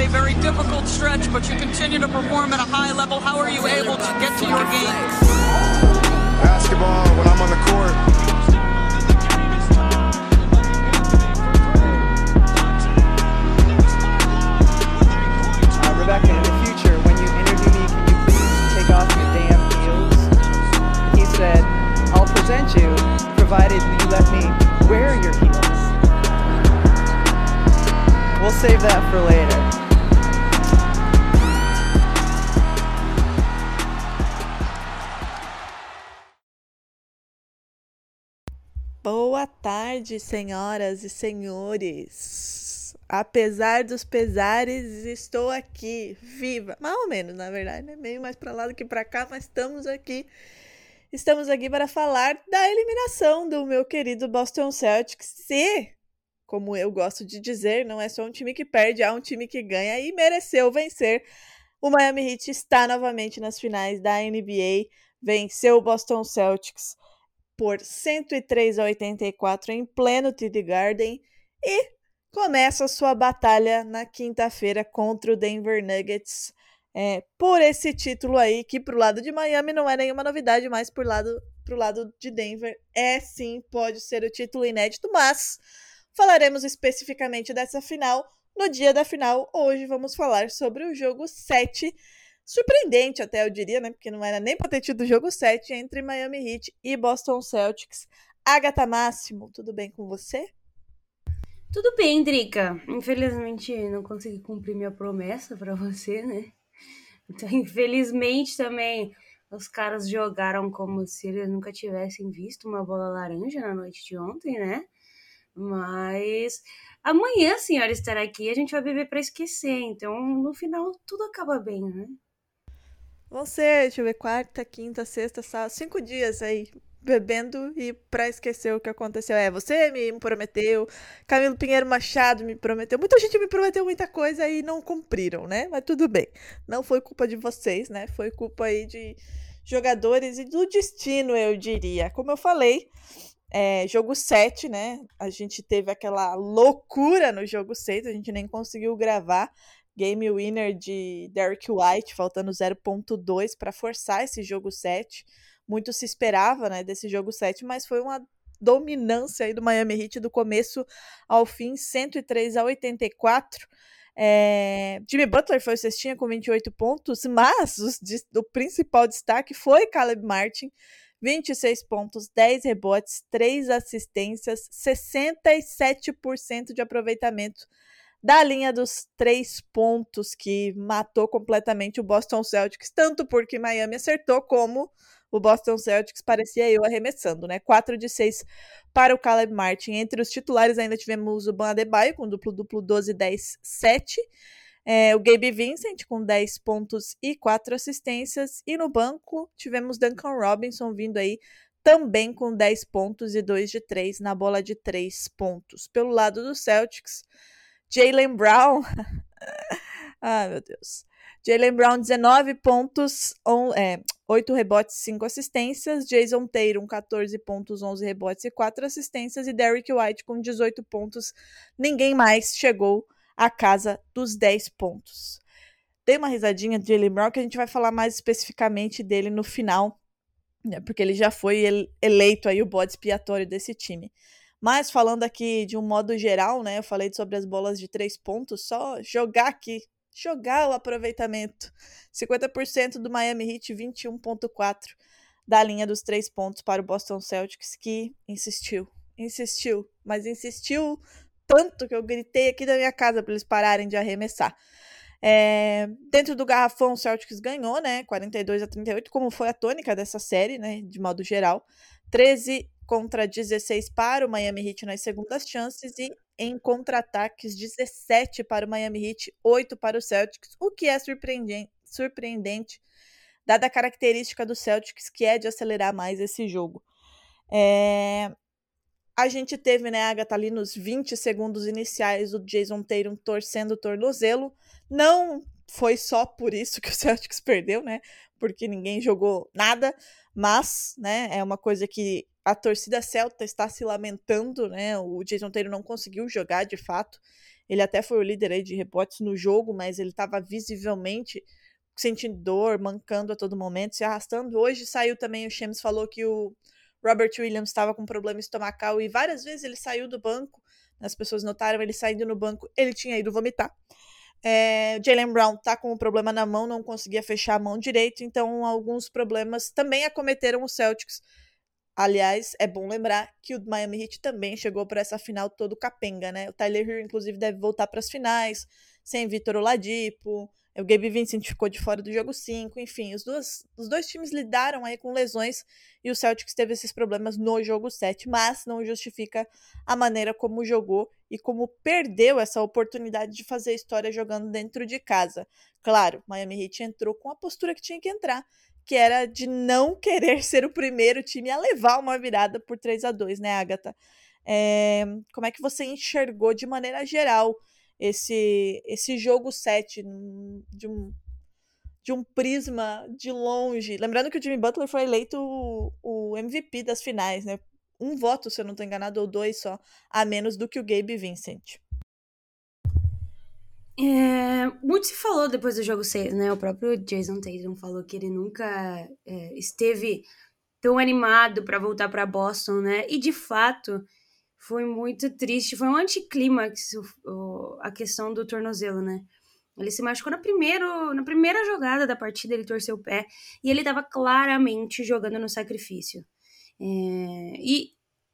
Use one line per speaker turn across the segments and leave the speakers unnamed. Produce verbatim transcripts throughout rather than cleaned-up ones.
a very difficult stretch, but you continue to perform at a high level. How are you able to get to your game?
Basketball when I'm on the court.
Uh, Rebecca, in the future, when you interview me, can you please take off your damn heels? He said, I'll present you, provided you let me wear your heels. We'll save that for later.
Boa tarde, senhoras e senhores. Apesar dos pesares, estou aqui, viva. Mais ou menos, na verdade, né? Meio mais para lá do que para cá, mas estamos aqui. Estamos aqui para falar da eliminação do meu querido Boston Celtics. E, como eu gosto de dizer, não é só um time que perde, há um time que ganha e mereceu vencer. O Miami Heat está novamente nas finais da N B A, venceu o Boston Celtics por cento e três a oitenta e quatro em pleno T D Garden e começa a sua batalha na quinta-feira contra o Denver Nuggets é, por esse título aí, que pro lado de Miami não é nenhuma novidade, mas pro lado, pro lado de Denver é sim, pode ser o título inédito, mas falaremos especificamente dessa final no dia da final. Hoje vamos falar sobre o jogo sete, surpreendente até eu diria, né, porque não era nem pra ter tido o jogo sete entre Miami Heat e Boston Celtics. Agatha Máximo, tudo bem com você?
Tudo bem, Drica. Infelizmente não consegui cumprir minha promessa pra você, né? Então, infelizmente também os caras jogaram como se eles nunca tivessem visto uma bola laranja na noite de ontem, né? Mas amanhã, senhora, estará aqui e a gente vai beber pra esquecer. Então, no final, tudo acaba bem, né?
Vão ser, deixa eu ver, quarta, quinta, sexta, sábado, cinco dias aí bebendo e pra esquecer o que aconteceu. É, você me prometeu, Camilo Pinheiro Machado me prometeu, muita gente me prometeu muita coisa e não cumpriram, né? Mas tudo bem, não foi culpa de vocês, né? Foi culpa aí de jogadores e do destino, eu diria. Como eu falei, é, jogo sete, né? A gente teve aquela loucura no jogo seis, a gente nem conseguiu gravar. Game winner de Derrick White, faltando zero ponto dois para forçar esse jogo sete. Muito se esperava, né, desse jogo sete, mas foi uma dominância aí do Miami Heat do começo ao fim, cento e três a oitenta e quatro. É... Jimmy Butler foi o cestinha com vinte e oito pontos, mas os, o principal destaque foi Caleb Martin, vinte e seis pontos, dez rebotes, três assistências, sessenta e sete por cento de aproveitamento da linha dos três pontos, que matou completamente o Boston Celtics, tanto porque Miami acertou, como o Boston Celtics parecia eu arremessando, né? quatro de seis para o Caleb Martin. Entre os titulares ainda tivemos o Bam Adebayo com duplo-duplo, doze, dez, sete. É, o Gabe Vincent com dez pontos e quatro assistências. E no banco tivemos Duncan Robinson vindo aí também com dez pontos e dois de três na bola de três pontos. Pelo lado do Celtics, Jaylen Brown, ah, meu Deus, Jaylen Brown, dezenove pontos, on, é, oito rebotes, cinco assistências, Jason Tatum, catorze pontos, onze rebotes e quatro assistências, e Derrick White com dezoito pontos, ninguém mais chegou à casa dos dez pontos. Dei uma risadinha de Jaylen Brown, que a gente vai falar mais especificamente dele no final, né, porque ele já foi eleito aí o bode expiatório desse time. Mas falando aqui de um modo geral, né, eu falei sobre as bolas de três pontos, só jogar aqui, jogar o aproveitamento. cinquenta por cento do Miami Heat, vinte e um vírgula quatro por cento da linha dos três pontos para o Boston Celtics, que insistiu, insistiu, mas insistiu tanto que eu gritei aqui da minha casa para eles pararem de arremessar. É, dentro do garrafão, o Celtics ganhou, né, quarenta e dois a trinta e oito, como foi a tônica dessa série, né, de modo geral. treze contra dezesseis para o Miami Heat nas segundas chances e em contra-ataques dezessete para o Miami Heat, oito para o Celtics, o que é surpreendente, surpreendente dada a característica do Celtics, que é de acelerar mais esse jogo. É... A gente teve, né, Agatha, ali nos vinte segundos iniciais, o Jason Tatum torcendo o tornozelo. Não foi só por isso que o Celtics perdeu, né, porque ninguém jogou nada, mas, né, é uma coisa que a torcida celta está se lamentando, né, o Jason Tatum não conseguiu jogar de fato. Ele até foi o líder aí de rebotes no jogo, mas ele estava visivelmente sentindo dor, mancando a todo momento, se arrastando. Hoje saiu também, o Shams falou que o Robert Williams estava com problema estomacal e várias vezes ele saiu do banco. As pessoas notaram ele saindo no banco, ele tinha ido vomitar. É, Jaylen Brown tá com um problema na mão, não conseguia fechar a mão direito, então alguns problemas também acometeram o Celtics. Aliás, é bom lembrar que o Miami Heat também chegou para essa final todo capenga, né? O Tyler Herro, inclusive, deve voltar para as finais, sem Vitor Oladipo, o Gabe Vincent ficou de fora do jogo cinco, enfim, os dois, os dois times lidaram aí com lesões e o Celtics teve esses problemas no jogo sete, mas não justifica a maneira como jogou e como perdeu essa oportunidade de fazer história jogando dentro de casa. Claro, Miami Heat entrou com a postura que tinha que entrar, que era de não querer ser o primeiro time a levar uma virada por três a dois, né, Agatha? É, como é que você enxergou de maneira geral esse, esse jogo sete de um, de um prisma de longe? Lembrando que o Jimmy Butler foi eleito o, o M V P das finais, né? Um voto, se eu não estou enganado, ou dois só, a menos do que o Gabe Vincent.
É, muito se falou depois do jogo seis, né? O próprio Jason Tatum falou que ele nunca é, esteve tão animado para voltar para Boston, né? E de fato foi muito triste, foi um anticlímax a questão do tornozelo, né? Ele se machucou na, primeiro, na primeira jogada da partida, ele torceu o pé e ele estava claramente jogando no sacrifício. É, e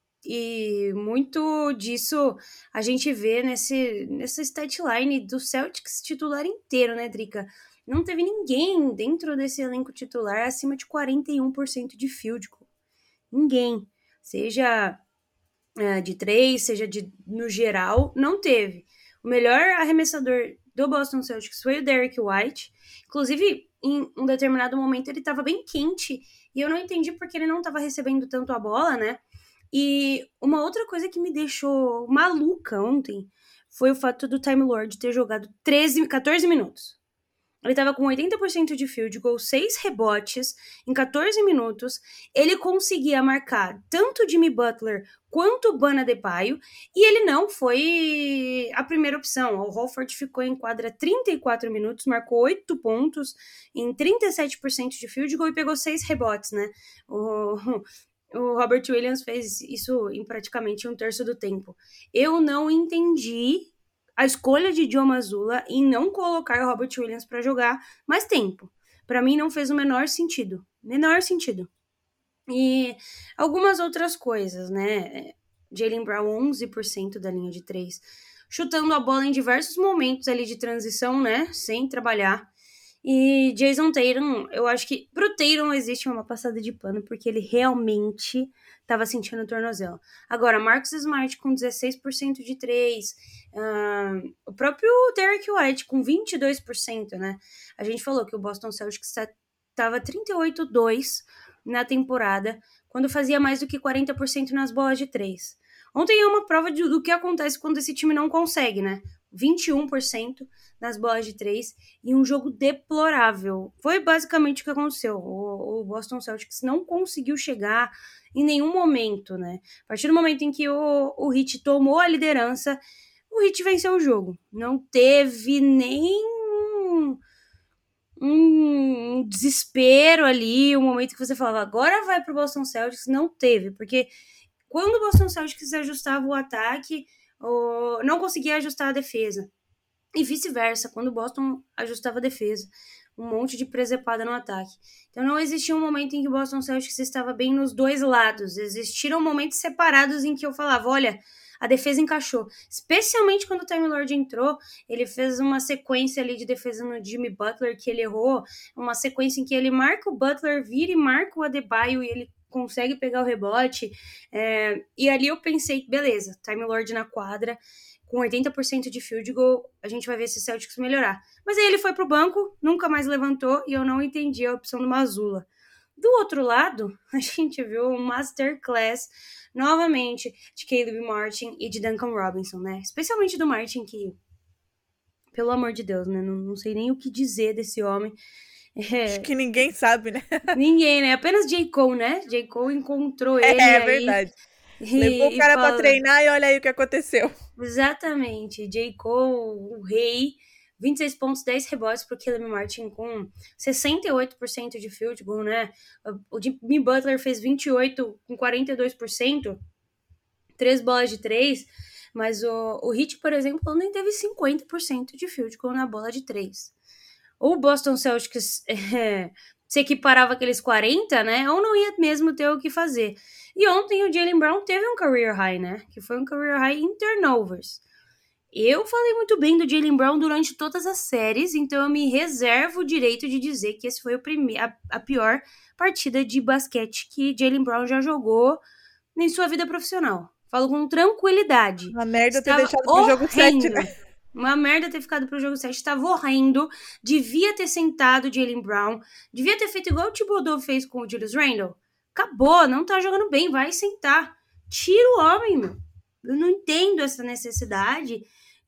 E muito disso a gente vê nesse, nessa statline do Celtics titular inteiro, né, Drica? Não teve ninguém dentro desse elenco titular acima de quarenta e um por cento de field goal. Ninguém. Seja é, de três, seja de, no geral, não teve. O melhor arremessador do Boston Celtics foi o Derrick White. Inclusive, em um determinado momento, ele estava bem quente e eu não entendi porque ele não estava recebendo tanto a bola, né? E uma outra coisa que me deixou maluca ontem foi o fato do Time Lord ter jogado treze, quatorze minutos. Ele estava com oitenta por cento de field goal, seis rebotes em quatorze minutos. Ele conseguia marcar tanto o Jimmy Butler quanto o Bam Adebayo e ele não foi a primeira opção. O Horford ficou em quadra trinta e quatro minutos, marcou oito pontos em trinta e sete por cento de field goal e pegou seis rebotes, né? O... O Robert Williams fez isso em praticamente um terço do tempo. Eu não entendi a escolha de Joe Mazzulla em não colocar o Robert Williams para jogar mais tempo. Para mim não fez o menor sentido. Menor sentido. E algumas outras coisas, né? Jaylen Brown, onze por cento da linha de três. Chutando a bola em diversos momentos ali de transição, né? Sem trabalhar. E Jason Tatum, eu acho que pro Tatum existe uma passada de pano, porque ele realmente estava sentindo o tornozelo. Agora, Marcus Smart com dezesseis por cento de três, uh, o próprio Derrick White com vinte e dois por cento, né? A gente falou que o Boston Celtics estava trinta e oito a dois na temporada, quando fazia mais do que quarenta por cento nas bolas de três. Ontem é uma prova de, do que acontece quando esse time não consegue, né? vinte e um por cento nas bolas de três e um jogo deplorável. Foi basicamente o que aconteceu. O, o Boston Celtics não conseguiu chegar em nenhum momento, né? A partir do momento em que o, o Heat tomou a liderança, o Heat venceu o jogo. Não teve nem um, um desespero ali, um momento que você falava, agora vai pro Boston Celtics. Não teve, porque quando o Boston Celtics ajustava o ataque, o, não conseguia ajustar a defesa. E vice-versa, quando o Boston ajustava a defesa. Um monte de presepada no ataque. Então não existia um momento em que o Boston Celtics estava bem nos dois lados. Existiram momentos separados em que eu falava, olha, a defesa encaixou. Especialmente quando o Time Lord entrou, ele fez uma sequência ali de defesa no Jimmy Butler que ele errou. Uma sequência em que ele marca o Butler, vira e marca o Adebayo e ele consegue pegar o rebote. É, e ali eu pensei, beleza, Time Lord na quadra, com oitenta por cento de field goal, a gente vai ver se o Celtics melhorar. Mas aí ele foi pro banco, nunca mais levantou, e eu não entendi a opção do Mazzulla. Do outro lado, a gente viu um masterclass, novamente, de Caleb Martin e de Duncan Robinson, né? Especialmente do Martin, que, pelo amor de Deus, né? Não, não sei nem o que dizer desse homem.
É... Acho que ninguém sabe, né?
Ninguém, né? Apenas J. Cole, né? J. Cole encontrou ele.
É, é
aí...
verdade. Levou o cara pra treinar e olha aí o que aconteceu.
Exatamente. J. Cole, o rei, vinte e seis pontos, dez rebotes pro Caleb Martin com sessenta e oito por cento de field goal, né? O Jimmy Butler fez vinte e oito com quarenta e dois por cento, três bolas de três, mas o, o Heat, por exemplo, nem teve cinquenta por cento de field goal na bola de três. O Boston Celtics é, se equiparava aqueles quarenta, né? Ou não ia mesmo ter o que fazer. E ontem o Jaylen Brown teve um career high, né? Que foi um career high em turnovers. Eu falei muito bem do Jaylen Brown durante todas as séries, então eu me reservo o direito de dizer que esse foi o prime- a, a pior partida de basquete que Jaylen Brown já jogou em sua vida profissional. Falo com tranquilidade.
Uma merda ter
Estava
deixado pro jogo sete,
horrendo.
né?
Uma merda ter ficado pro jogo sete. Estava horrendo. Devia ter sentado o Jaylen Brown. Devia ter feito igual o Thibodeau fez com o Julius Randle. Acabou, não tá jogando bem, vai sentar. Tira o homem, meu. Eu não entendo essa necessidade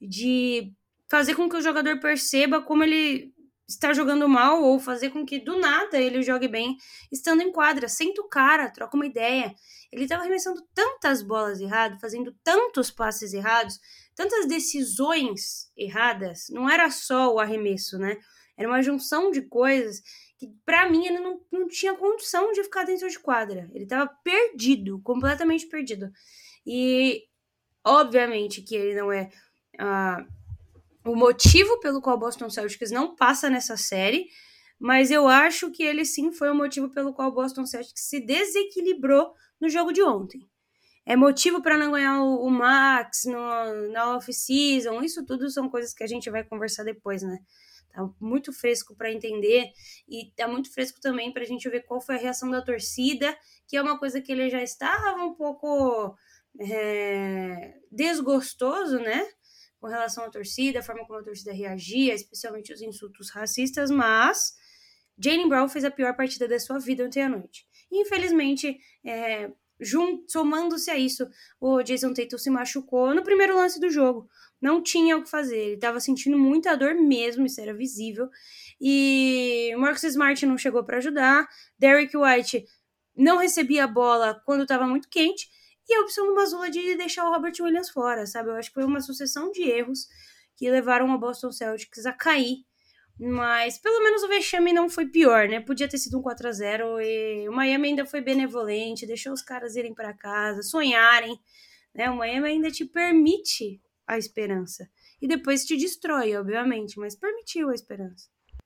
de fazer com que o jogador perceba como ele está jogando mal ou fazer com que do nada ele jogue bem estando em quadra. Senta o cara, troca uma ideia. Ele estava arremessando tantas bolas erradas, fazendo tantos passes errados, tantas decisões erradas. Não era só o arremesso, né? Era uma junção de coisas que, pra mim, ele não, não tinha condição de ficar dentro de quadra. Ele estava perdido, completamente perdido. E, obviamente, que ele não é uh, o motivo pelo qual o Boston Celtics não passa nessa série, mas eu acho que ele sim foi o motivo pelo qual o Boston Celtics se desequilibrou no jogo de ontem. É motivo para não ganhar o, o Max no, na off-season, isso tudo são coisas que a gente vai conversar depois, né? Tá muito fresco para entender e tá muito fresco também pra gente ver qual foi a reação da torcida, que é uma coisa que ele já estava um pouco é, desgostoso, né? Com relação à torcida, a forma como a torcida reagia, especialmente os insultos racistas, mas Jaylen Brown fez a pior partida da sua vida ontem à noite. E, infelizmente, é, somando-se a isso, o Jason Tatum se machucou no primeiro lance do jogo. Não tinha o que fazer, ele estava sentindo muita dor mesmo, isso era visível. E Marcus Smart não chegou para ajudar, Derrick White não recebia a bola quando estava muito quente, e a opção do Mazzulla de deixar o Robert Williams fora, sabe? Eu acho que foi uma sucessão de erros que levaram o Boston Celtics a cair, mas pelo menos o vexame não foi pior, né? Podia ter sido um quatro a zero e o Miami ainda foi benevolente, deixou os caras irem para casa, sonharem, né? O Miami ainda te permite a esperança. E depois te destrói, obviamente, mas permitiu a esperança.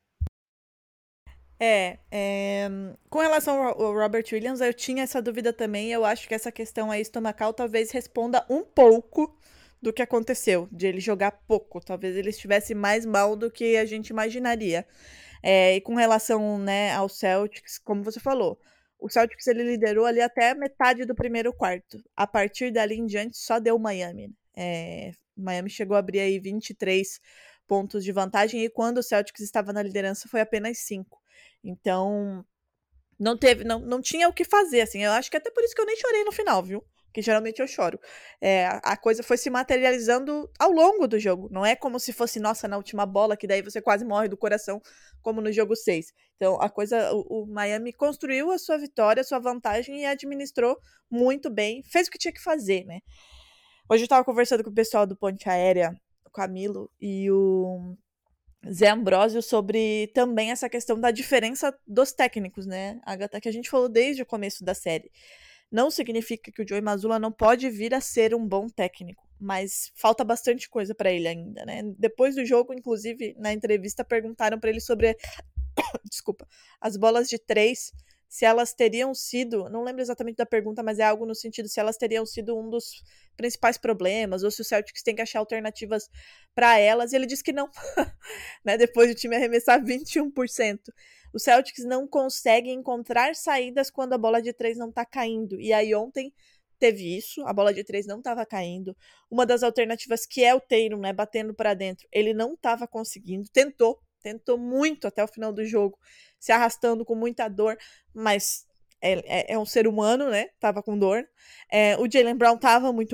É, é, com relação ao Robert Williams, eu tinha essa dúvida também. Eu acho que essa questão aí estomacal talvez responda um pouco do que aconteceu, de ele jogar pouco. Talvez ele estivesse mais mal do que a gente imaginaria. É, e com relação, né, ao Celtics, como você falou, o Celtics ele liderou ali até a metade do primeiro quarto. A partir dali em diante só deu Miami. É, Miami chegou a abrir aí vinte e três pontos de vantagem e quando o Celtics estava na liderança foi apenas cinco. Então, não teve, não, não tinha o que fazer, assim. Eu acho que até por isso que eu nem chorei no final, viu? Que geralmente eu choro. É, a coisa foi se materializando ao longo do jogo. Não é como se fosse, nossa, na última bola, que daí você quase morre do coração, como no jogo seis. Então, a coisa, o, o Miami construiu a sua vitória, a sua vantagem e administrou muito bem. Fez o que tinha que fazer, né? Hoje eu tava conversando com o pessoal do Ponte Aérea, o Camilo e o Zé Ambrosio, sobre também essa questão da diferença dos técnicos, né, Agatha, que a gente falou desde o começo da série. Não significa que o Joey Mazzulla não pode vir a ser um bom técnico, mas falta bastante coisa para ele ainda, né? Depois do jogo, inclusive, na entrevista, perguntaram para ele sobre desculpa, as bolas de três, se elas teriam sido, não lembro exatamente da pergunta, mas é algo no sentido se elas teriam sido um dos principais problemas, ou se o Celtics tem que achar alternativas para elas, e ele disse que não, né? Depois do time arremessar vinte e um por cento. O Celtics não consegue encontrar saídas quando a bola de três não tá caindo, e aí ontem teve isso, a bola de três não tava caindo, uma das alternativas que é o Tatum, né, batendo para dentro, ele não tava conseguindo, tentou, tentou muito até o final do jogo, se arrastando com muita dor, mas é, é, é um ser humano, né? Tava com dor. É, o Jaylen Brown tava muito mal.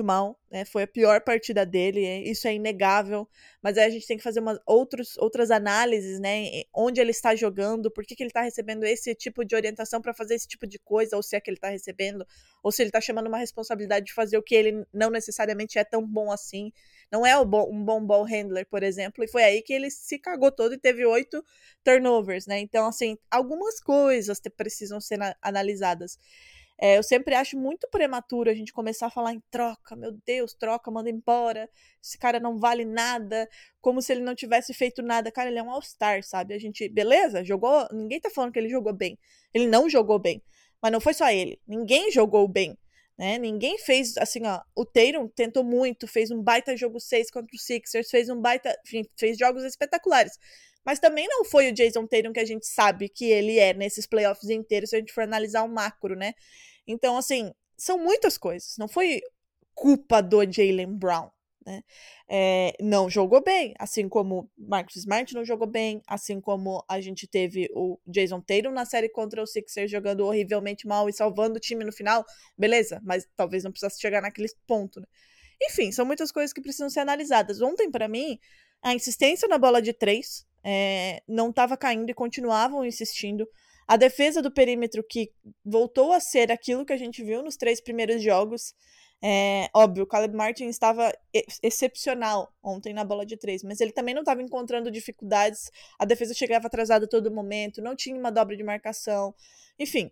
né? Foi a pior partida dele, isso é inegável, mas aí a gente tem que fazer umas outros, outras análises, né? Onde ele está jogando, por que, que ele está recebendo esse tipo de orientação para fazer esse tipo de coisa, ou se é que ele está recebendo, ou se ele está chamando uma responsabilidade de fazer o que ele não necessariamente é tão bom assim. Não é um bom ball handler, por exemplo, e foi aí que ele se cagou todo e teve oito turnovers, né? Então, assim, algumas coisas precisam ser analisadas. É, eu sempre acho muito prematuro a gente começar a falar em troca, meu Deus, troca, manda embora, esse cara não vale nada, como se ele não tivesse feito nada. Cara, ele é um all-star, sabe? A gente, beleza, jogou, ninguém tá falando que ele jogou bem, ele não jogou bem, mas não foi só ele, ninguém jogou bem, né? Ninguém fez, assim, ó, o Tatum tentou muito, fez um baita jogo seis contra o Sixers, fez um baita, enfim, fez jogos espetaculares, mas também não foi o Jason Tatum que a gente sabe que ele é nesses playoffs inteiros, se a gente for analisar o macro, né? Então, assim, são muitas coisas. Não foi culpa do Jaylen Brown, né? É, não jogou bem, assim como Marcus Smart não jogou bem, assim como a gente teve o Jason Tatum na série contra o Sixers jogando horrivelmente mal e salvando o time no final, beleza, mas talvez não precisasse chegar naquele ponto, né? Enfim, são muitas coisas que precisam ser analisadas. Ontem, pra mim, a insistência na bola de três é, não estava caindo e continuavam insistindo. A defesa do perímetro que voltou a ser aquilo que a gente viu nos três primeiros jogos. É, óbvio, o Caleb Martin estava ex- excepcional ontem na bola de três, mas ele também não estava encontrando dificuldades. A defesa chegava atrasada a todo momento, não tinha uma dobra de marcação. Enfim,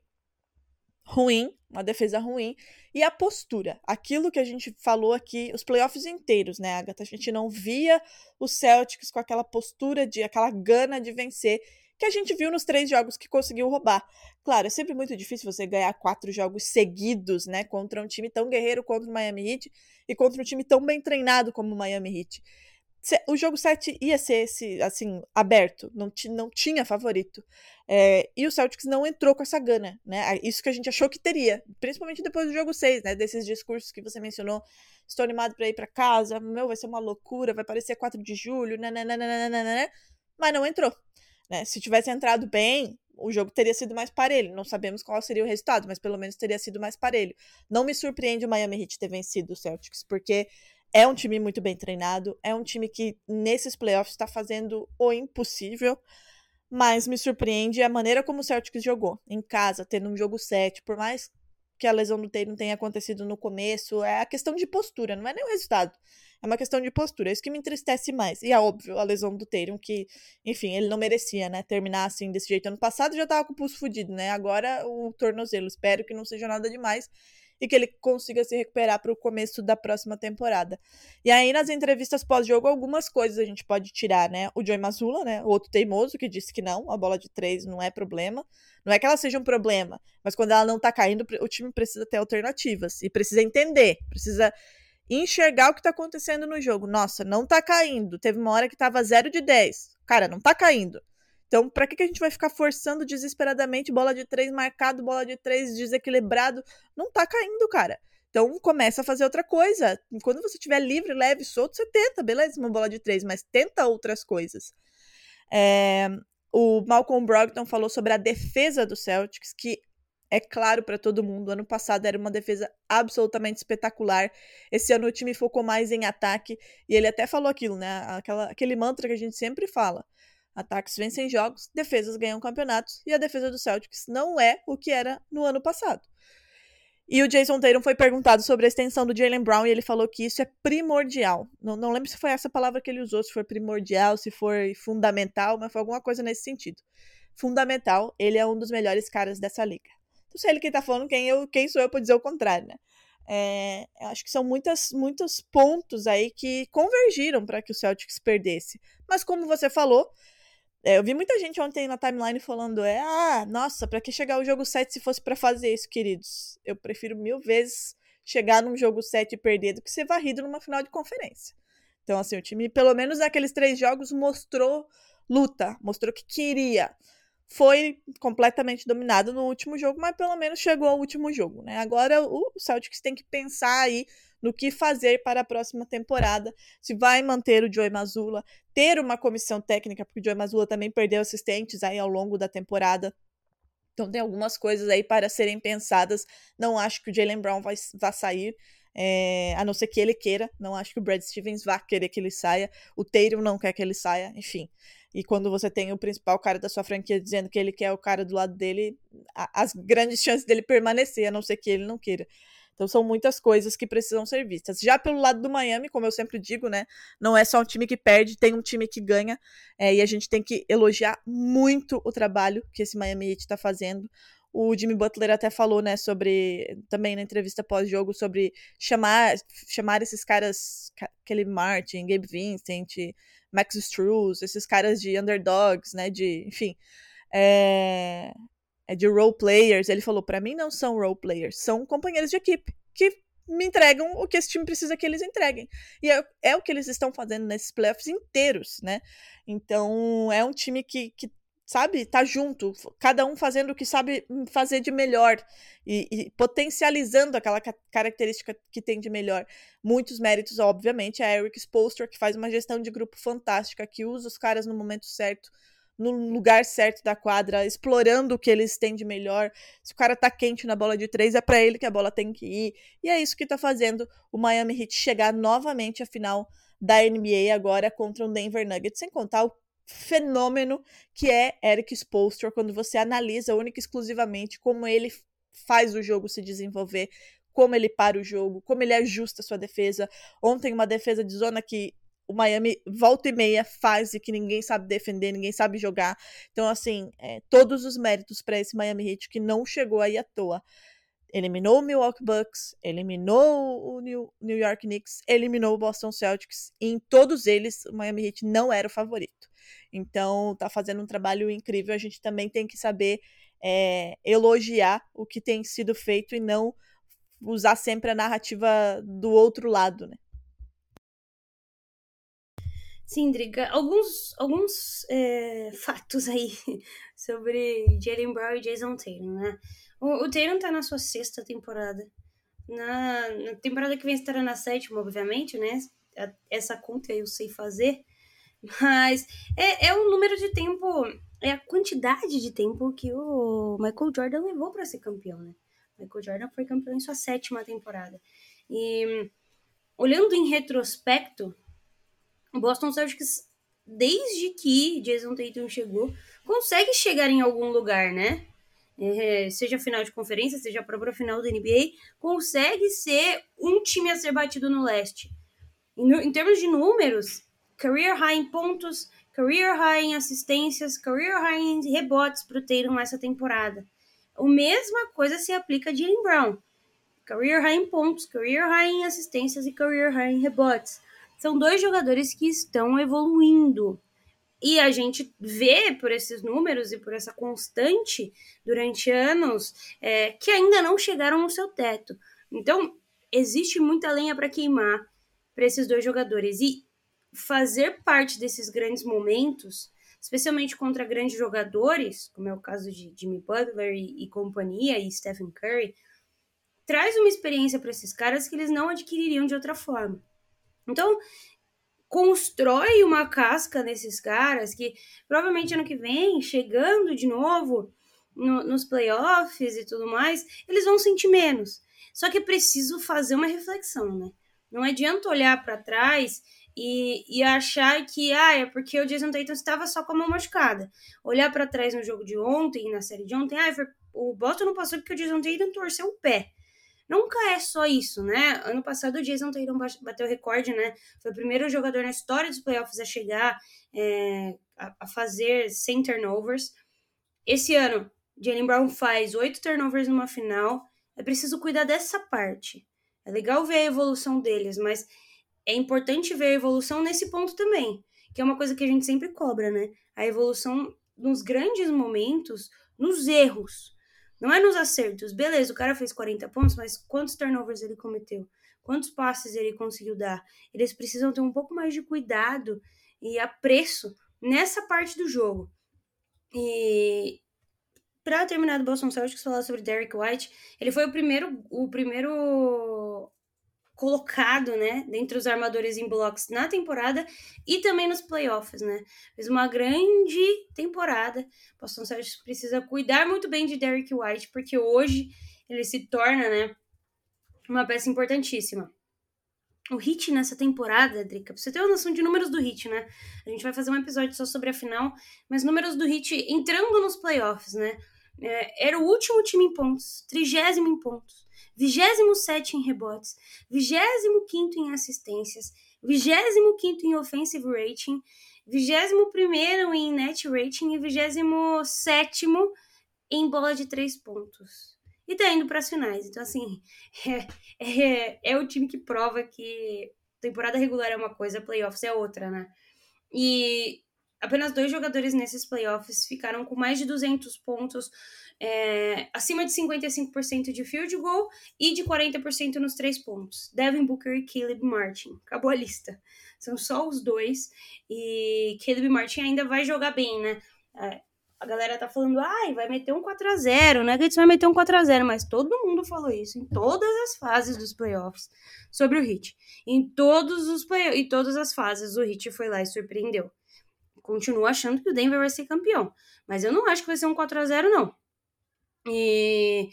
ruim, uma defesa ruim. E a postura, aquilo que a gente falou aqui, os playoffs inteiros, né, Agatha? A gente não via os Celtics com aquela postura, de aquela gana de vencer, que a gente viu nos três jogos que conseguiu roubar. Claro, é sempre muito difícil você ganhar quatro jogos seguidos, né, contra um time tão guerreiro contra o Miami Heat e contra um time tão bem treinado como o Miami Heat. O jogo sete ia ser esse, assim, aberto, não, t- não tinha favorito. É, e o Celtics não entrou com essa gana, né? Isso que a gente achou que teria, principalmente depois do jogo seis, né? Desses discursos que você mencionou. Estou animado para ir para casa, meu, vai ser uma loucura, vai parecer quatro de julho, nananana, mas não entrou. Né? Se tivesse entrado bem, o jogo teria sido mais parelho. Não sabemos qual seria o resultado, mas pelo menos teria sido mais parelho. Não me surpreende o Miami Heat ter vencido o Celtics, porque é um time muito bem treinado, é um time que nesses playoffs está fazendo o impossível, mas me surpreende a maneira como o Celtics jogou em casa, tendo um jogo sete, por mais que a lesão do Tatum tenha acontecido no começo, é a questão de postura, não é nem o resultado. É uma questão de postura, é isso que me entristece mais. E é óbvio, a lesão do Tatum, que, enfim, ele não merecia, né, terminar assim desse jeito. Ano passado já tava com o pulso fudido, né, agora o tornozelo. Espero que não seja nada demais e que ele consiga se recuperar para o começo da próxima temporada. E aí, nas entrevistas pós-jogo, algumas coisas a gente pode tirar, né, o Joey Mazzulla, né, o outro teimoso, que disse que não, a bola de três não é problema. Não é que ela seja um problema, mas quando ela não tá caindo, o time precisa ter alternativas e precisa entender, precisa enxergar o que tá acontecendo no jogo. Nossa, não tá caindo. Teve uma hora que tava zero de dez. Cara, não tá caindo. Então, pra que, que a gente vai ficar forçando desesperadamente bola de três marcado, bola de três desequilibrado? Não tá caindo, cara. Então, começa a fazer outra coisa. Quando você estiver livre, leve, solto, você tenta, beleza, uma bola de três, mas tenta outras coisas. É... O Malcolm Brogdon falou sobre a defesa do Celtics, que é claro para todo mundo, ano passado era uma defesa absolutamente espetacular. Esse ano o time focou mais em ataque, e ele até falou aquilo, né? Aquela, aquele mantra que a gente sempre fala. Ataques vencem jogos, defesas ganham campeonatos, e a defesa do Celtics não é o que era no ano passado. E o Jason Tatum foi perguntado sobre a extensão do Jaylen Brown e ele falou que isso é primordial. Não, não lembro se foi essa palavra que ele usou, se foi primordial, se foi fundamental, mas foi alguma coisa nesse sentido. Fundamental, ele é um dos melhores caras dessa liga. Não sei ele quem tá falando, quem, eu, quem sou eu pra dizer o contrário, né? É, eu acho que são muitas, muitos pontos aí que convergiram para que o Celtics perdesse. Mas como você falou, É, eu vi muita gente ontem na timeline falando, é, ah, nossa, pra que chegar ao jogo sete se fosse pra fazer isso, queridos? Eu prefiro mil vezes chegar num jogo sete e perder do que ser varrido numa final de conferência. Então, assim, o time, pelo menos naqueles três jogos, mostrou luta, mostrou que queria. Foi completamente dominado no último jogo, mas pelo menos chegou ao último jogo, né? Agora o Celtics tem que pensar aí no que fazer para a próxima temporada, se vai manter o Joey Mazzulla, ter uma comissão técnica, porque o Joey Mazzulla também perdeu assistentes aí ao longo da temporada. Então tem algumas coisas aí para serem pensadas. Não acho que o Jaylen Brown vai, vai sair. É, a não ser que ele queira. Não acho que o Brad Stevens vá querer que ele saia. O Tatum não quer que ele saia, enfim. E quando você tem o principal cara da sua franquia dizendo que ele quer o cara do lado dele, a, as grandes chances dele permanecer, a não ser que ele não queira. Então são muitas coisas que precisam ser vistas. Já pelo lado do Miami, como eu sempre digo, né? Não é só um time que perde, tem um time que ganha. É, e a gente tem que elogiar muito o trabalho que esse Miami Heat está fazendo. O Jimmy Butler até falou, né, sobre, também na entrevista pós-jogo, sobre chamar, chamar esses caras, Kelly Martin, Gabe Vincent, Max Strus, esses caras de underdogs, né, de, enfim, é, é de role players. Ele falou, pra mim não são role players, são companheiros de equipe, que me entregam o que esse time precisa que eles entreguem. E é, é o que eles estão fazendo nesses playoffs inteiros, né, então é um time que, que sabe, tá junto, cada um fazendo o que sabe fazer de melhor e, e potencializando aquela ca- característica que tem de melhor. Muitos méritos, obviamente, a Eric Spoelstra, que faz uma gestão de grupo fantástica, que usa os caras no momento certo, no lugar certo da quadra, explorando o que eles têm de melhor. Se o cara tá quente na bola de três, é pra ele que a bola tem que ir. E é isso que tá fazendo o Miami Heat chegar novamente à final da N B A agora contra o Denver Nuggets, sem contar o fenômeno que é Eric Spoelstra, quando você analisa única e exclusivamente como ele faz o jogo se desenvolver, como ele para o jogo, como ele ajusta a sua defesa. Ontem uma defesa de zona que o Miami volta e meia faz e que ninguém sabe defender, ninguém sabe jogar. Então, assim, é, todos os méritos para esse Miami Heat que não chegou aí à toa. Eliminou o Milwaukee Bucks, eliminou o New, New York Knicks, eliminou o Boston Celtics, e em todos eles o Miami Heat não era o favorito. Então tá fazendo um trabalho incrível. A gente também tem que saber é, elogiar o que tem sido feito e não usar sempre a narrativa do outro lado, né?
Sim, Driga, alguns, alguns é, fatos aí sobre Jaylen Brown e Jason Tatum, né? O, o Tatum tá na sua sexta temporada. Na, na temporada que vem estará na sétima, obviamente, né? Essa conta eu sei fazer. Mas é, é o número de tempo, é a quantidade de tempo que o Michael Jordan levou para ser campeão, né? Michael Jordan foi campeão em sua sétima temporada. E olhando em retrospecto, o Boston Celtics, desde que Jason Tatum chegou, consegue chegar em algum lugar, né? É, seja final de conferência, seja a própria final da N B A, consegue ser um time a ser batido no leste. E no, em termos de números, career high em pontos, career high em assistências, career high em rebotes pro Tatum nessa temporada. A mesma coisa se aplica a Jaylen Brown. Career high em pontos, career high em assistências e career high em rebotes. São dois jogadores que estão evoluindo. E a gente vê por esses números e por essa constante durante anos é, que ainda não chegaram no seu teto. Então, existe muita lenha para queimar para esses dois jogadores. E fazer parte desses grandes momentos, especialmente contra grandes jogadores, como é o caso de Jimmy Butler e, e companhia, e Stephen Curry, traz uma experiência para esses caras que eles não adquiririam de outra forma. Então, constrói uma casca nesses caras que provavelmente ano que vem, chegando de novo no, nos playoffs e tudo mais, eles vão sentir menos. Só que é preciso fazer uma reflexão, né? Não adianta olhar para trás e, e achar que ah, é porque o Jason Tatum estava só com a mão machucada. Olhar para trás no jogo de ontem, na série de ontem, ah, foi, o Boston não passou porque o Jason Tatum torceu o pé. Nunca é só isso, né? Ano passado o Jason Tatum bateu o recorde, né? Foi o primeiro jogador na história dos playoffs a chegar é, a, a fazer cem turnovers. Esse ano, Jaylen Brown faz oito turnovers numa final. É preciso cuidar dessa parte. É legal ver a evolução deles, mas é importante ver a evolução nesse ponto também, que é uma coisa que a gente sempre cobra, né? A evolução nos grandes momentos, nos erros. Não é nos acertos. Beleza, o cara fez quarenta pontos, mas quantos turnovers ele cometeu? Quantos passes ele conseguiu dar? Eles precisam ter um pouco mais de cuidado e apreço nessa parte do jogo. E para terminar do Boston Celtics, falar sobre Derrick White, ele foi o primeiro, o primeiro colocado, né, dentre os armadores em blocos na temporada e também nos playoffs, né? Fez uma grande temporada. O Boston Celtics precisa cuidar muito bem de Derrick White, porque hoje ele se torna, né, uma peça importantíssima. O Heat nessa temporada, Drica, pra você ter uma noção de números do Heat, né? A gente vai fazer um episódio só sobre a final, mas números do Heat entrando nos playoffs, né? É, era o último time em pontos, trigésimo em pontos, vigésimo sétimo em rebotes, vigésimo quinto em assistências, vigésimo quinto em offensive rating, vigésimo primeiro em net rating e vigésimo sétimo em bola de três pontos. E tá indo pras finais. Então, assim, é, é, é o time que prova que temporada regular é uma coisa, playoffs é outra, né? E apenas dois jogadores nesses playoffs ficaram com mais de duzentos pontos, é, acima de cinquenta e cinco por cento de field goal e de quarenta por cento nos três pontos. Devin Booker e Caleb Martin. Acabou a lista. São só os dois. E Caleb Martin ainda vai jogar bem, né? É, a galera tá falando, ai, vai meter um quatro a zero, né? Que vai meter um quatro a zero, mas todo mundo falou isso em todas as fases dos playoffs sobre o Heat. Em todos os play- em todas as fases o Heat foi lá e surpreendeu. Continuo achando que o Denver vai ser campeão, mas eu não acho que vai ser um quatro a zero, não. E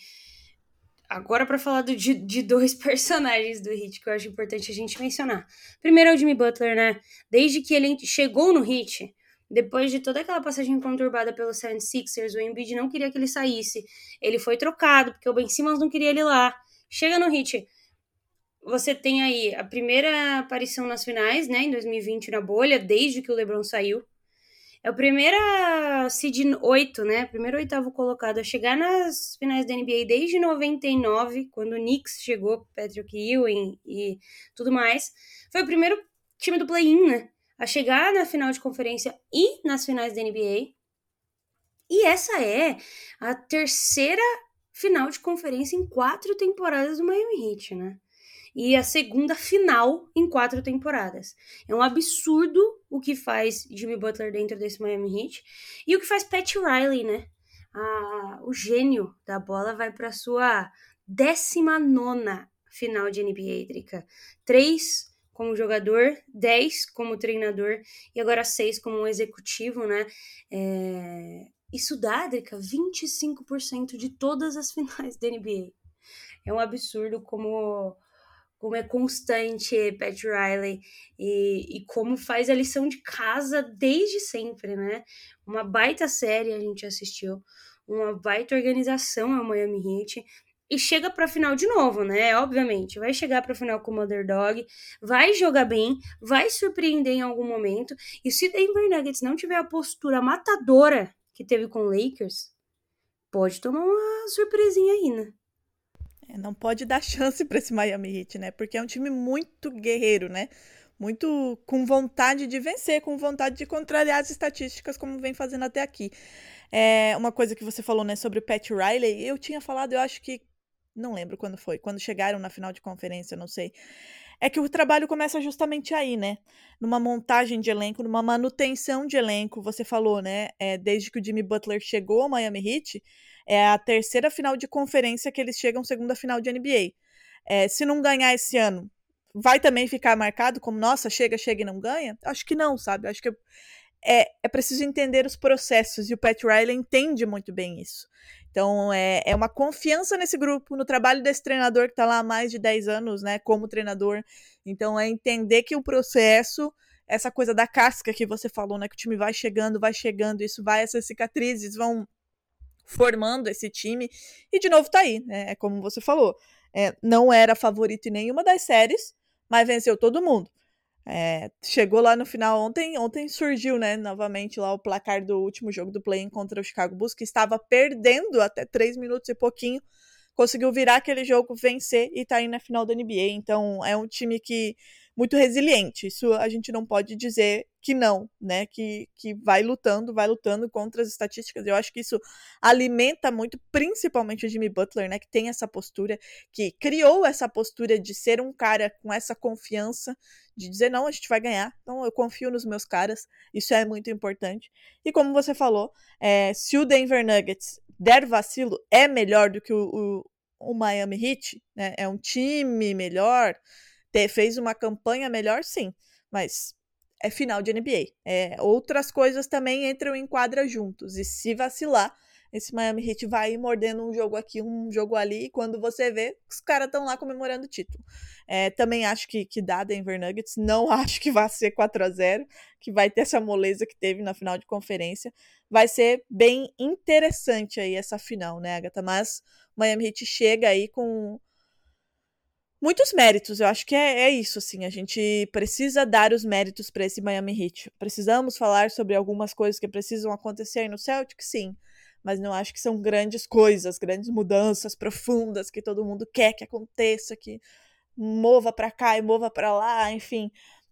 agora para falar do, de, de dois personagens do Heat que eu acho importante a gente mencionar. Primeiro é o Jimmy Butler, né? Desde que ele chegou no Heat, depois de toda aquela passagem conturbada pelos setenta e seis ers, o Embiid não queria que ele saísse. Ele foi trocado, porque o Ben Simmons não queria ele lá. Chega no Heat, você tem aí a primeira aparição nas finais, né, em dois mil e vinte na bolha, desde que o LeBron saiu. É o primeiro seed oito, né, primeiro oitavo colocado a chegar nas finais da N B A desde noventa e nove, quando o Knicks chegou, Patrick Ewing e tudo mais. Foi o primeiro time do play-in, né, a chegar na final de conferência e nas finais da N B A. E essa é a terceira final de conferência em quatro temporadas do Miami Heat, né? E a segunda final em quatro temporadas. É um absurdo o que faz Jimmy Butler dentro desse Miami Heat. E o que faz Pat Riley, né? Ah, o gênio da bola vai para sua décima nona final de N B A, Drica. Três como jogador, dez como treinador e agora seis como um executivo, né? É... Isso dá, Drica, vinte e cinco por cento de todas as finais da N B A. É um absurdo como... como é constante Pat Riley e, e como faz a lição de casa desde sempre, né? Uma baita série a gente assistiu, uma baita organização é o Miami Heat, e chega pra final de novo, né? Obviamente, vai chegar pra final como underdog, vai jogar bem, vai surpreender em algum momento, e se Denver Nuggets não tiver a postura matadora que teve com o Lakers, pode tomar uma surpresinha aí, né?
É, não pode dar chance para esse Miami Heat, né? Porque é um time muito guerreiro, né? Muito com vontade de vencer, com vontade de contrariar as estatísticas, como vem fazendo até aqui. É, uma coisa que você falou, né, sobre o Pat Riley, eu tinha falado, eu acho que, não lembro quando foi, quando chegaram na final de conferência, não sei. É que o trabalho começa justamente aí, né? Numa montagem de elenco, numa manutenção de elenco, você falou, né? É, desde que o Jimmy Butler chegou ao Miami Heat, é a terceira final de conferência que eles chegam, segunda final de N B A. É, se não ganhar esse ano, vai também ficar marcado como, nossa, chega, chega e não ganha? Acho que não, sabe? Acho que é, é preciso entender os processos, e o Pat Riley entende muito bem isso. Então, é, é uma confiança nesse grupo, no trabalho desse treinador que está lá há mais de dez anos, né, como treinador. Então, é entender que o processo, essa coisa da casca que você falou, né, que o time vai chegando, vai chegando, isso vai, essas cicatrizes vão formando esse time, e de novo tá aí, né, é como você falou, é, não era favorito em nenhuma das séries, mas venceu todo mundo. É, chegou lá no final ontem, ontem surgiu, né, novamente lá o placar do último jogo do play-in contra o Chicago Bulls, que estava perdendo até três minutos e pouquinho, conseguiu virar aquele jogo, vencer e tá aí na final da N B A. Então é um time que muito resiliente, isso a gente não pode dizer que não, né, que, que vai lutando, vai lutando contra as estatísticas. Eu acho que isso alimenta muito, principalmente o Jimmy Butler, né, que tem essa postura, que criou essa postura de ser um cara com essa confiança, de dizer, não, a gente vai ganhar, então eu confio nos meus caras, isso é muito importante. E como você falou, é, se o Denver Nuggets der vacilo, é melhor do que o, o, o Miami Heat, né, é um time melhor, te, fez uma campanha melhor, sim, mas é final de N B A. É, outras coisas também entram em quadra juntos, e se vacilar, esse Miami Heat vai ir mordendo um jogo aqui, um jogo ali, e quando você vê, os caras estão lá comemorando o título. É, também acho que, que dá Denver Nuggets, não acho que vai ser quatro a zero, que vai ter essa moleza que teve na final de conferência. Vai ser bem interessante aí essa final, né, Agatha? Mas o Miami Heat chega aí com muitos méritos, eu acho que é, é isso, assim, a gente precisa dar os méritos para esse Miami Heat. Precisamos falar sobre algumas coisas que precisam acontecer aí no Celtic, sim, mas não acho que são grandes coisas, grandes mudanças profundas que todo mundo quer que aconteça, que mova para cá e mova para lá, enfim,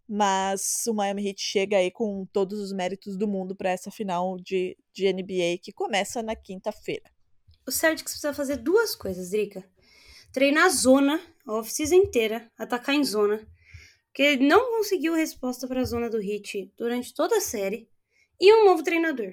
mas o Miami Heat chega aí com todos os méritos do mundo para essa final de, de N B A que começa na quinta-feira.
O Celtics precisa fazer duas coisas, Drica. Treinar zona a off-season inteira, atacar em zona, porque não conseguiu resposta para a zona do Heat durante toda a série, e um novo treinador.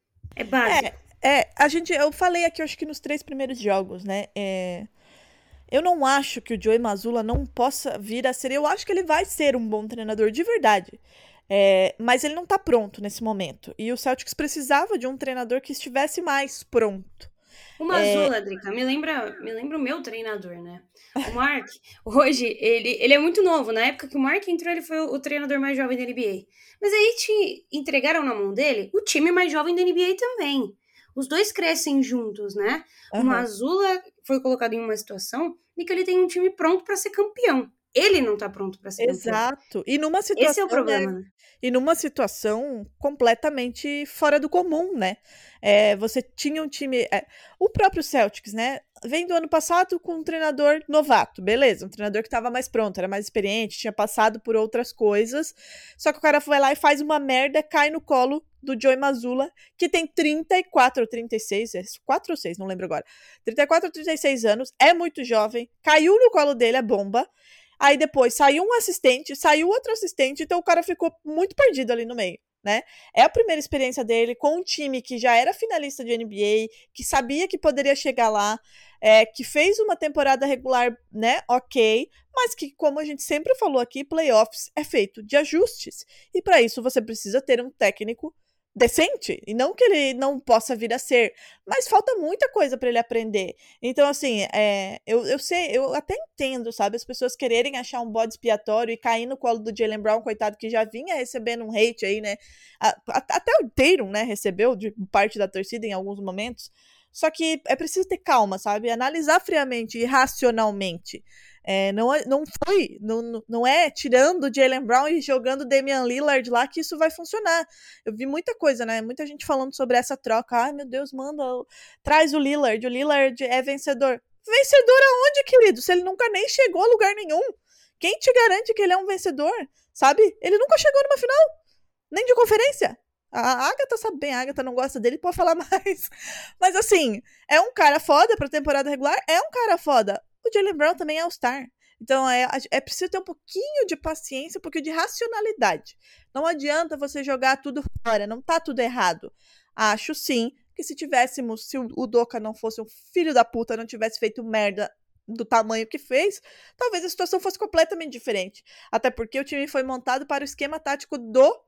É básico.
É, é a gente, eu falei aqui, eu acho que nos três primeiros jogos, né, é, eu não acho que o Joey Mazzulla não possa vir a ser, eu acho que ele vai ser um bom treinador de verdade, é, mas ele não tá pronto nesse momento, e o Celtics precisava de um treinador que estivesse mais pronto.
O Mazzulla, é... Drica, me lembra, me lembra o meu treinador, né? O Mark, hoje, ele, ele é muito novo. Na época que o Mark entrou, ele foi o, o treinador mais jovem da N B A. Mas aí te entregaram na mão dele o time mais jovem da N B A também. Os dois crescem juntos, né? Uhum. O Mazzulla foi colocado em uma situação em que ele tem um time pronto para ser campeão. Ele não tá pronto para ser campeão.
Exato. E numa situação,
esse é o problema, né?
E numa situação completamente fora do comum, né? É, você tinha um time... É, o próprio Celtics, né? Vem do ano passado com um treinador novato, beleza. Um treinador que estava mais pronto, era mais experiente, tinha passado por outras coisas. Só que o cara foi lá e faz uma merda, cai no colo do Joey Mazzulla, que tem trinta e quatro ou trinta e seis, é quatro ou seis, não lembro agora. trinta e quatro ou trinta e seis anos, é muito jovem, caiu no colo dele a bomba. Aí depois saiu um assistente, saiu outro assistente, então o cara ficou muito perdido ali no meio, né? É a primeira experiência dele com um time que já era finalista de N B A, que sabia que poderia chegar lá, é, que fez uma temporada regular, né, ok, mas que, como a gente sempre falou aqui, playoffs é feito de ajustes. E para isso você precisa ter um técnico decente, e não que ele não possa vir a ser, mas falta muita coisa para ele aprender. Então, assim, é, eu, eu sei, eu até entendo, sabe, as pessoas quererem achar um bode expiatório e cair no colo do Jaylen Brown, coitado, que já vinha recebendo um hate aí, né, a, a, até o Tatum, né, recebeu de parte da torcida em alguns momentos, só que é preciso ter calma, sabe, analisar friamente e racionalmente. É, não, não foi, não, não é tirando o Jaylen Brown e jogando o Damian Lillard lá que isso vai funcionar. Eu vi muita coisa, né? Muita gente falando sobre essa troca. Ai, meu Deus, manda, traz o Lillard. O Lillard é vencedor. Vencedor aonde, querido? Se ele nunca nem chegou a lugar nenhum. Quem te garante que ele é um vencedor? Sabe? Ele nunca chegou numa final. Nem de conferência. A Agatha sabe bem, a Agatha não gosta dele, pode falar mais. Mas assim, é um cara foda pra temporada regular? É um cara foda. O Jaylen Brown também é All-Star. Então é, é preciso ter um pouquinho de paciência, um pouquinho de racionalidade. Não adianta você jogar tudo fora, não tá tudo errado. Acho sim que se tivéssemos, se o Udoka não fosse um filho da puta, não tivesse feito merda do tamanho que fez, talvez a situação fosse completamente diferente. Até porque o time foi montado para o esquema tático do,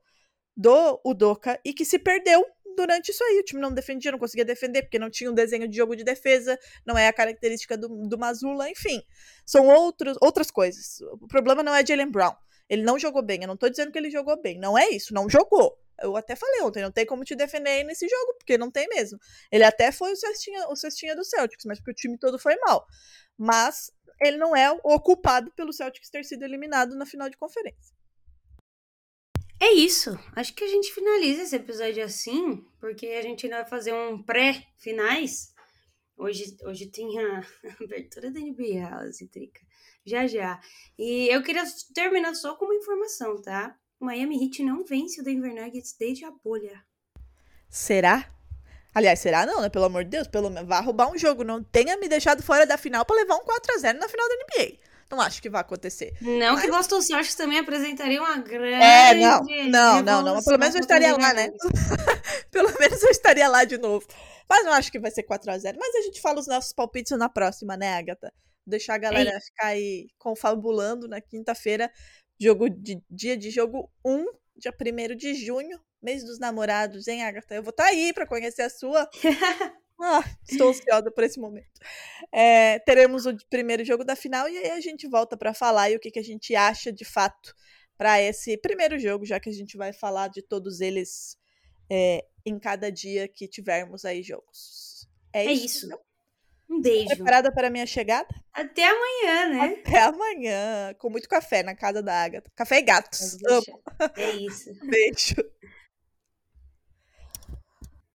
do Udoka e que se perdeu durante isso aí. O time não defendia, não conseguia defender, porque não tinha um desenho de jogo de defesa, não é a característica do, do Mazzulla, enfim. São outros, outras coisas. O problema não é Jaylen Brown. Ele não jogou bem, eu não tô dizendo que ele jogou bem, não é isso, não jogou. Eu até falei ontem, não tem como te defender aí nesse jogo, porque não tem mesmo. Ele até foi o cestinha, o cestinha do Celtics, mas porque o time todo foi mal. Mas ele não é o culpado pelo Celtics ter sido eliminado na final de conferência.
É isso. Acho que a gente finaliza esse episódio assim, porque a gente ainda vai fazer um pré-finais. Hoje, hoje tem a abertura da N B A, Zitrica. Já, já. E eu queria terminar só com uma informação, tá? O Miami Heat não vence o Denver Nuggets desde a bolha.
Será? Aliás, será não, né? Pelo amor de Deus, pelo menos vá roubar um jogo. Não tenha me deixado fora da final pra levar um quatro a zero na final da N B A. Não acho que vai acontecer.
Não, mas... que Boston Celtics também apresentaria uma grande...
É, não, não, não, não. Mas pelo menos eu estaria lá, né? Pelo menos eu estaria lá de novo. Mas não acho que vai ser quatro a zero. Mas a gente fala os nossos palpites na próxima, né, Agatha? Deixar a galera Ei. ficar aí confabulando na quinta-feira. Jogo de, dia de jogo um, dia primeiro de junho. Mês dos namorados, hein, Agatha? Eu vou estar tá aí pra conhecer a sua. Ah, estou ansiosa por esse momento. É, teremos o primeiro jogo da final e aí a gente volta para falar e o que, que a gente acha de fato para esse primeiro jogo, já que a gente vai falar de todos eles é, em cada dia que tivermos aí jogos. É,
É
isso.
isso.
Então?
Um beijo.
Preparada para a minha chegada?
Até amanhã, né?
Até amanhã, com muito café na casa da Agatha. Café e gatos.
Pode
Amo.
deixar. É isso.
Beijo.